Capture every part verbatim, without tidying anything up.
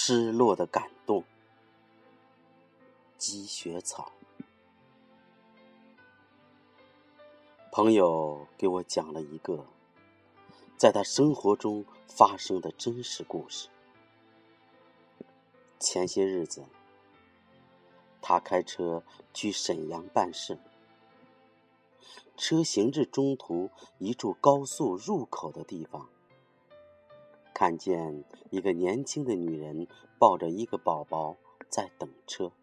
失落的感动。积雪草。朋友给我讲了一个在他生活中发生的真实故事。前些日子，他开车去沈阳办事，车行至中途一处高速入口的地方，看见一个年轻的女人抱着一个宝宝在等车。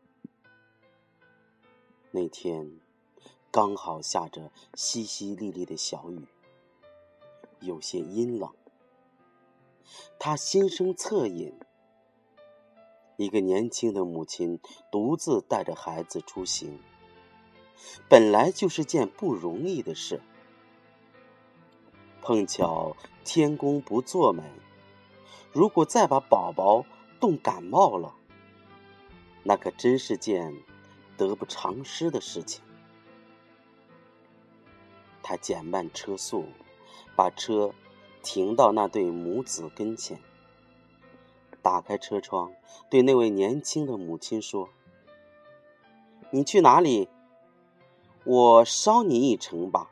那天刚好下着淅淅沥沥的小雨，有些阴冷。他心生恻隐，一个年轻的母亲独自带着孩子出行，本来就是件不容易的事。碰巧天公不作美，如果再把宝宝冻感冒了，那可真是件得不偿失的事情。他减慢车速，把车停到那对母子跟前，打开车窗，对那位年轻的母亲说：“你去哪里？我捎你一程吧。”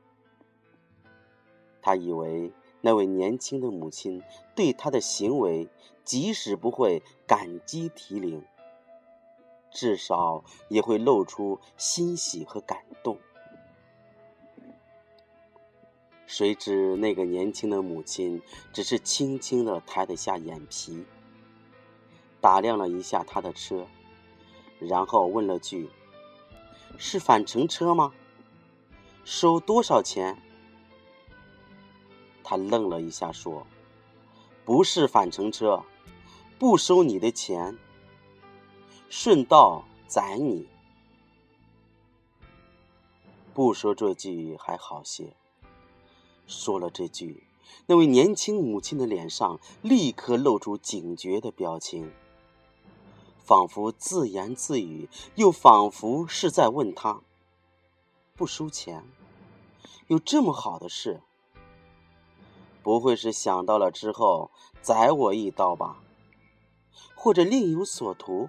他以为那位年轻的母亲对他的行为即使不会感激涕零，至少也会露出欣喜和感动。谁知那个年轻的母亲只是轻轻地抬了下眼皮，打量了一下他的车，然后问了句：“是返程车吗？收多少钱？”他愣了一下说：“不是返程车，不收你的钱，顺道载你。”不说这句还好些，说了这句，那位年轻母亲的脸上立刻露出警觉的表情，仿佛自言自语，又仿佛是在问他：“不收钱？有这么好的事？不会是想到了之后宰我一刀吧？或者另有所图？”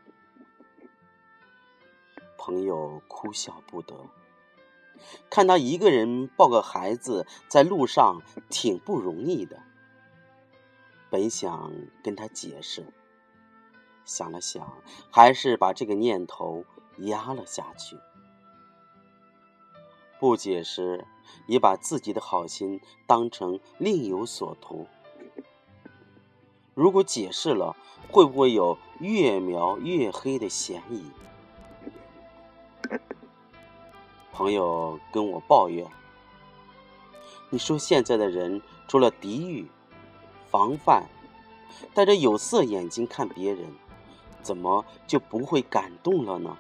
朋友哭笑不得，看他一个人抱个孩子在路上挺不容易的，本想跟他解释，想了想，还是把这个念头压了下去。不解释，也把自己的好心当成另有所图。如果解释了，会不会有越描越黑的嫌疑？朋友跟我抱怨：“你说现在的人除了敌御、防范，带着有色眼睛看别人，怎么就不会感动了呢？”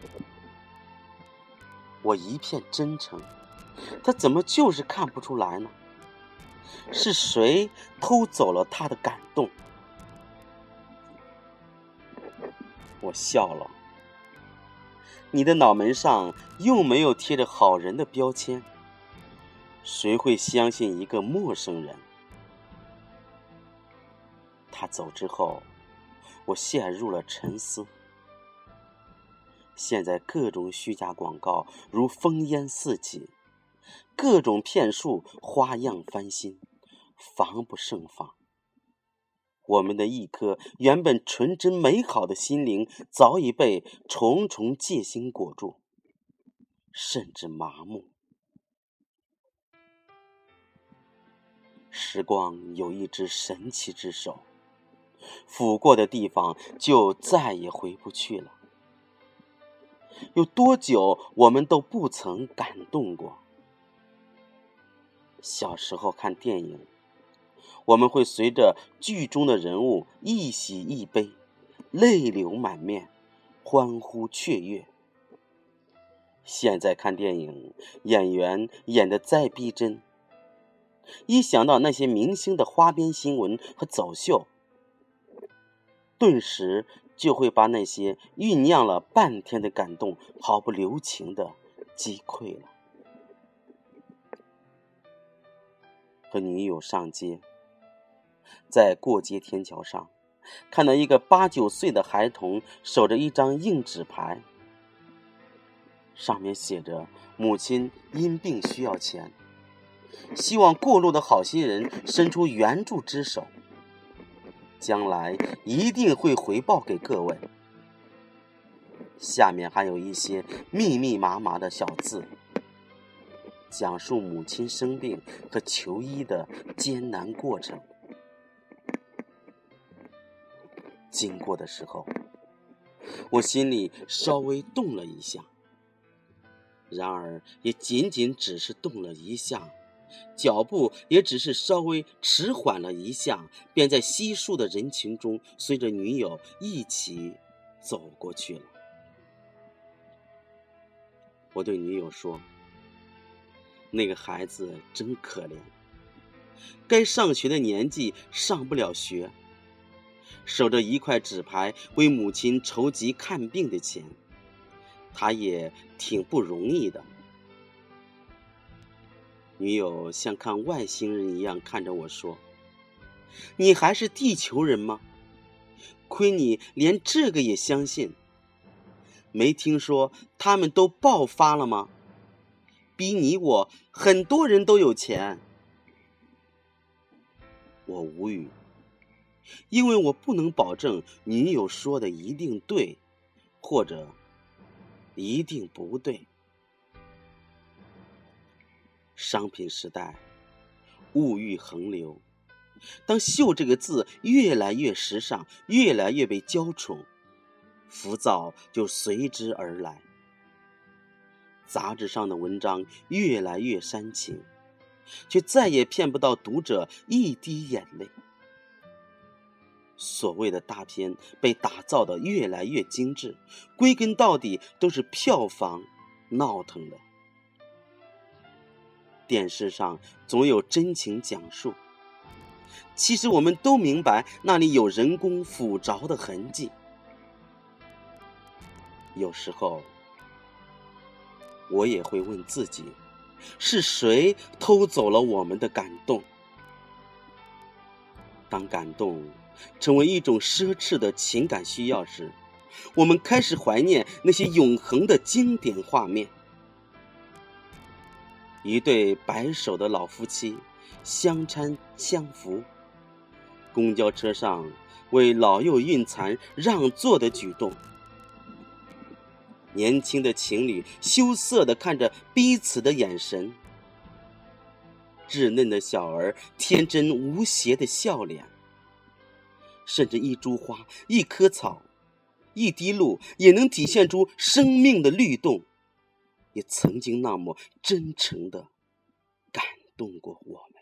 我一片真诚，他怎么就是看不出来呢？是谁偷走了他的感动？我笑了。你的脑门上又没有贴着好人的标签，谁会相信一个陌生人？他走之后，我陷入了沉思。现在各种虚假广告如烽烟四起，各种骗术花样翻新，防不胜防。我们的一颗原本纯真美好的心灵早已被重重戒心裹住，甚至麻木。时光有一只神奇之手，抚过的地方就再也回不去了。有多久我们都不曾感动过？小时候看电影，我们会随着剧中的人物一喜一悲，泪流满面，欢呼雀跃。现在看电影，演员演得再逼真，一想到那些明星的花边新闻和走秀，顿时就会把那些酝酿了半天的感动毫不留情地击溃了。和女友上街，在过街天桥上看到一个八九岁的孩童守着一张硬纸牌，上面写着母亲因病需要钱，希望过路的好心人伸出援助之手，将来一定会回报给各位。下面还有一些密密麻麻的小字，讲述母亲生病和求医的艰难过程。经过的时候，我心里稍微动了一下，然而也仅仅只是动了一下，脚步也只是稍微迟缓了一下，便在稀疏的人群中随着女友一起走过去了。我对女友说，那个孩子真可怜，该上学的年纪上不了学，守着一块纸牌为母亲筹集看病的钱，他也挺不容易的。女友像看外星人一样看着我说，你还是地球人吗？亏你连这个也相信，没听说他们都爆发了吗？比你我很多人都有钱。我无语，因为我不能保证女友说的一定对，或者一定不对。商品时代，物欲横流，当秀这个字越来越时尚，越来越被娇宠，浮躁就随之而来。杂志上的文章越来越煽情，却再也骗不到读者一滴眼泪。所谓的大片被打造得越来越精致，归根到底都是票房闹腾的。电视上总有真情讲述，其实我们都明白那里有人工腐着的痕迹。有时候我也会问自己，是谁偷走了我们的感动？当感动成为一种奢侈的情感需要时，我们开始怀念那些永恒的经典画面。一对白首的老夫妻相搀相扶，公交车上为老幼孕残让座的举动，年轻的情侣羞涩地看着彼此的眼神，稚嫩的小儿天真无邪的笑脸，甚至一株花、一棵草、一滴露也能体现出生命的律动，也曾经那么真诚地感动过我们。